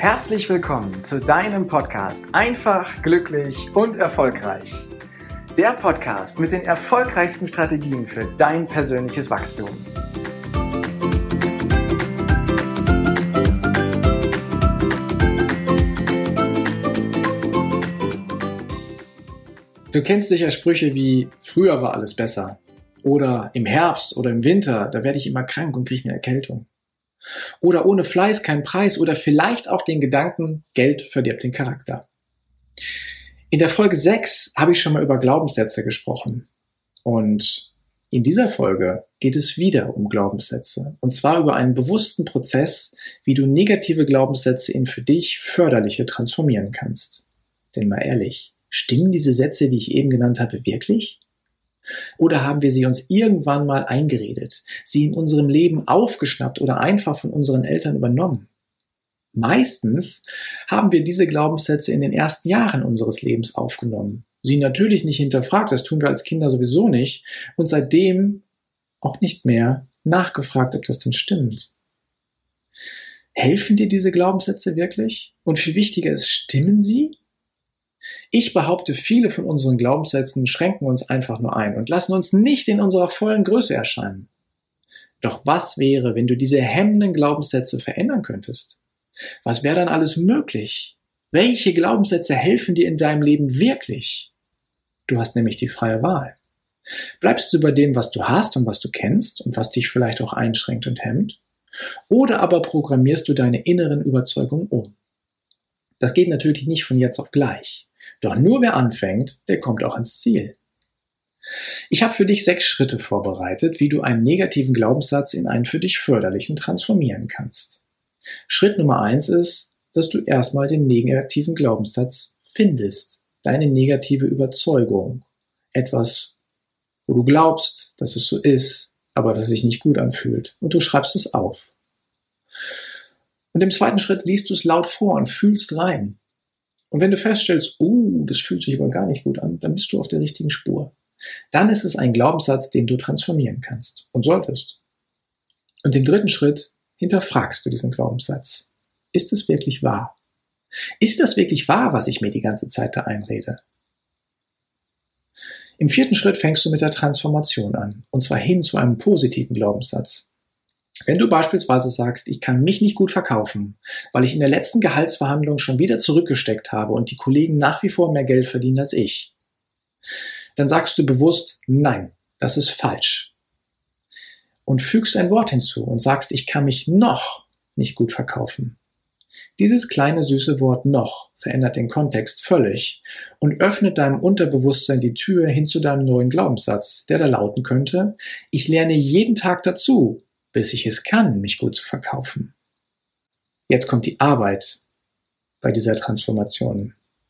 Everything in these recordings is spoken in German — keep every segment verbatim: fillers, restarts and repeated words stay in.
Herzlich willkommen zu deinem Podcast Einfach, glücklich und erfolgreich. Der Podcast mit den erfolgreichsten Strategien für dein persönliches Wachstum. Du kennst sicher Sprüche wie früher war alles besser oder im Herbst oder im Winter, da werde ich immer krank und kriege eine Erkältung. Oder ohne Fleiß kein Preis oder vielleicht auch den Gedanken, Geld verdirbt den Charakter. In der Folge sechs habe ich schon mal über Glaubenssätze gesprochen. Und in dieser Folge geht es wieder um Glaubenssätze. Und zwar über einen bewussten Prozess, wie du negative Glaubenssätze in für dich förderliche transformieren kannst. Denn mal ehrlich, stimmen diese Sätze, die ich eben genannt habe, wirklich? Oder haben wir sie uns irgendwann mal eingeredet, sie in unserem Leben aufgeschnappt oder einfach von unseren Eltern übernommen? Meistens haben wir diese Glaubenssätze in den ersten Jahren unseres Lebens aufgenommen, sie natürlich nicht hinterfragt, das tun wir als Kinder sowieso nicht, und seitdem auch nicht mehr nachgefragt, ob das denn stimmt. Helfen dir diese Glaubenssätze wirklich? Und viel wichtiger ist, stimmen sie? Ich behaupte, viele von unseren Glaubenssätzen schränken uns einfach nur ein und lassen uns nicht in unserer vollen Größe erscheinen. Doch was wäre, wenn du diese hemmenden Glaubenssätze verändern könntest? Was wäre dann alles möglich? Welche Glaubenssätze helfen dir in deinem Leben wirklich? Du hast nämlich die freie Wahl. Bleibst du bei dem, was du hast und was du kennst und was dich vielleicht auch einschränkt und hemmt? Oder aber programmierst du deine inneren Überzeugungen um? Das geht natürlich nicht von jetzt auf gleich. Doch nur wer anfängt, der kommt auch ans Ziel. Ich habe für dich sechs Schritte vorbereitet, wie du einen negativen Glaubenssatz in einen für dich förderlichen transformieren kannst. Schritt Nummer eins ist, dass du erstmal den negativen Glaubenssatz findest, deine negative Überzeugung. Etwas, wo du glaubst, dass es so ist, aber was sich nicht gut anfühlt. Und du schreibst es auf. Und im zweiten Schritt liest du es laut vor und fühlst rein. Und wenn du feststellst, oh, das fühlt sich aber gar nicht gut an, dann bist du auf der richtigen Spur. Dann ist es ein Glaubenssatz, den du transformieren kannst und solltest. Und im dritten Schritt hinterfragst du diesen Glaubenssatz. Ist es wirklich wahr? Ist das wirklich wahr, was ich mir die ganze Zeit da einrede? Im vierten Schritt fängst du mit der Transformation an, und zwar hin zu einem positiven Glaubenssatz. Wenn du beispielsweise sagst, ich kann mich nicht gut verkaufen, weil ich in der letzten Gehaltsverhandlung schon wieder zurückgesteckt habe und die Kollegen nach wie vor mehr Geld verdienen als ich, dann sagst du bewusst, nein, das ist falsch. Und fügst ein Wort hinzu und sagst, ich kann mich noch nicht gut verkaufen. Dieses kleine süße Wort noch verändert den Kontext völlig und öffnet deinem Unterbewusstsein die Tür hin zu deinem neuen Glaubenssatz, der da lauten könnte, ich lerne jeden Tag dazu, bis ich es kann, mich gut zu verkaufen. Jetzt kommt die Arbeit bei dieser Transformation.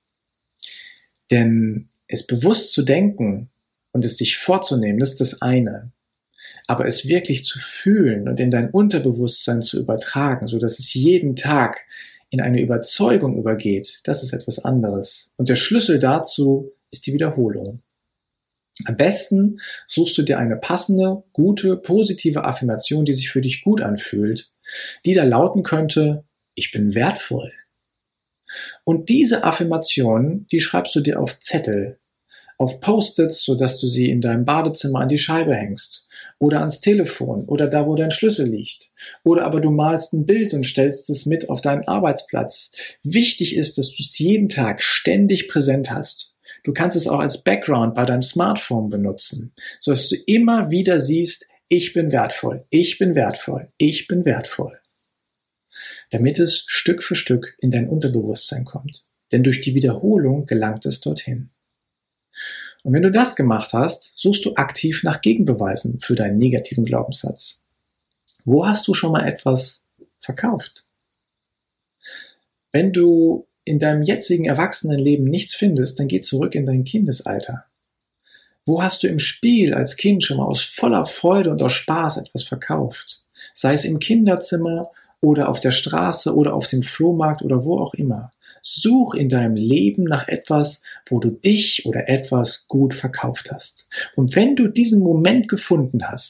Denn es bewusst zu denken und es sich vorzunehmen, das ist das eine. Aber es wirklich zu fühlen und in dein Unterbewusstsein zu übertragen, sodass es jeden Tag in eine Überzeugung übergeht, das ist etwas anderes. Und der Schlüssel dazu ist die Wiederholung. Am besten suchst du dir eine passende, gute, positive Affirmation, die sich für dich gut anfühlt, die da lauten könnte, ich bin wertvoll. Und diese Affirmation, die schreibst du dir auf Zettel, auf Post-its, sodass du sie in deinem Badezimmer an die Scheibe hängst oder ans Telefon oder da, wo dein Schlüssel liegt. Oder aber du malst ein Bild und stellst es mit auf deinen Arbeitsplatz. Wichtig ist, dass du es jeden Tag ständig präsent hast. Du kannst es auch als Background bei deinem Smartphone benutzen, sodass du immer wieder siehst, ich bin wertvoll, ich bin wertvoll, ich bin wertvoll. Damit es Stück für Stück in dein Unterbewusstsein kommt. Denn durch die Wiederholung gelangt es dorthin. Und wenn du das gemacht hast, suchst du aktiv nach Gegenbeweisen für deinen negativen Glaubenssatz. Wo hast du schon mal etwas verkauft? Wenn du in deinem jetzigen Erwachsenenleben nichts findest, dann geh zurück in dein Kindesalter. Wo hast du im Spiel als Kind schon mal aus voller Freude und aus Spaß etwas verkauft? Sei es im Kinderzimmer oder auf der Straße oder auf dem Flohmarkt oder wo auch immer. Such in deinem Leben nach etwas, wo du dich oder etwas gut verkauft hast. Und wenn du diesen Moment gefunden hast,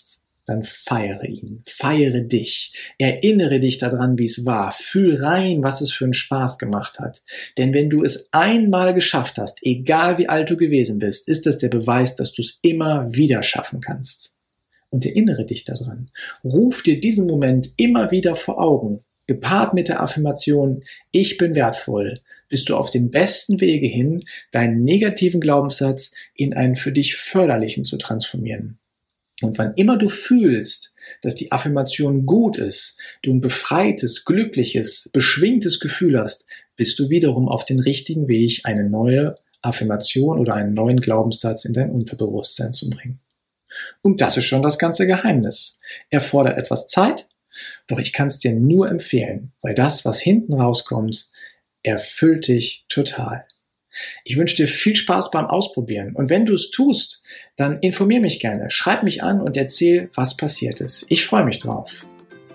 dann feiere ihn, feiere dich, erinnere dich daran, wie es war, fühl rein, was es für einen Spaß gemacht hat. Denn wenn du es einmal geschafft hast, egal wie alt du gewesen bist, ist das der Beweis, dass du es immer wieder schaffen kannst. Und erinnere dich daran. Ruf dir diesen Moment immer wieder vor Augen, gepaart mit der Affirmation, ich bin wertvoll, bist du auf dem besten Wege hin, deinen negativen Glaubenssatz in einen für dich förderlichen zu transformieren. Und wann immer du fühlst, dass die Affirmation gut ist, du ein befreites, glückliches, beschwingtes Gefühl hast, bist du wiederum auf den richtigen Weg, eine neue Affirmation oder einen neuen Glaubenssatz in dein Unterbewusstsein zu bringen. Und das ist schon das ganze Geheimnis. Erfordert etwas Zeit, doch ich kann es dir nur empfehlen, weil das, was hinten rauskommt, erfüllt dich total. Ich wünsche dir viel Spaß beim Ausprobieren. Und wenn du es tust, dann informier mich gerne. Schreib mich an und erzähl, was passiert ist. Ich freue mich drauf.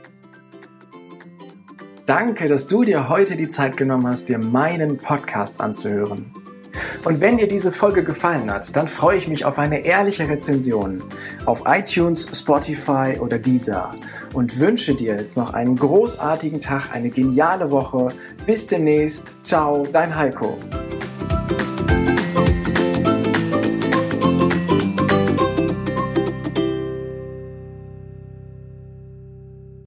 Danke, dass du dir heute die Zeit genommen hast, dir meinen Podcast anzuhören. Und wenn dir diese Folge gefallen hat, dann freue ich mich auf eine ehrliche Rezension auf iTunes, Spotify oder Deezer und wünsche dir jetzt noch einen großartigen Tag, eine geniale Woche. Bis demnächst. Ciao, dein Heiko.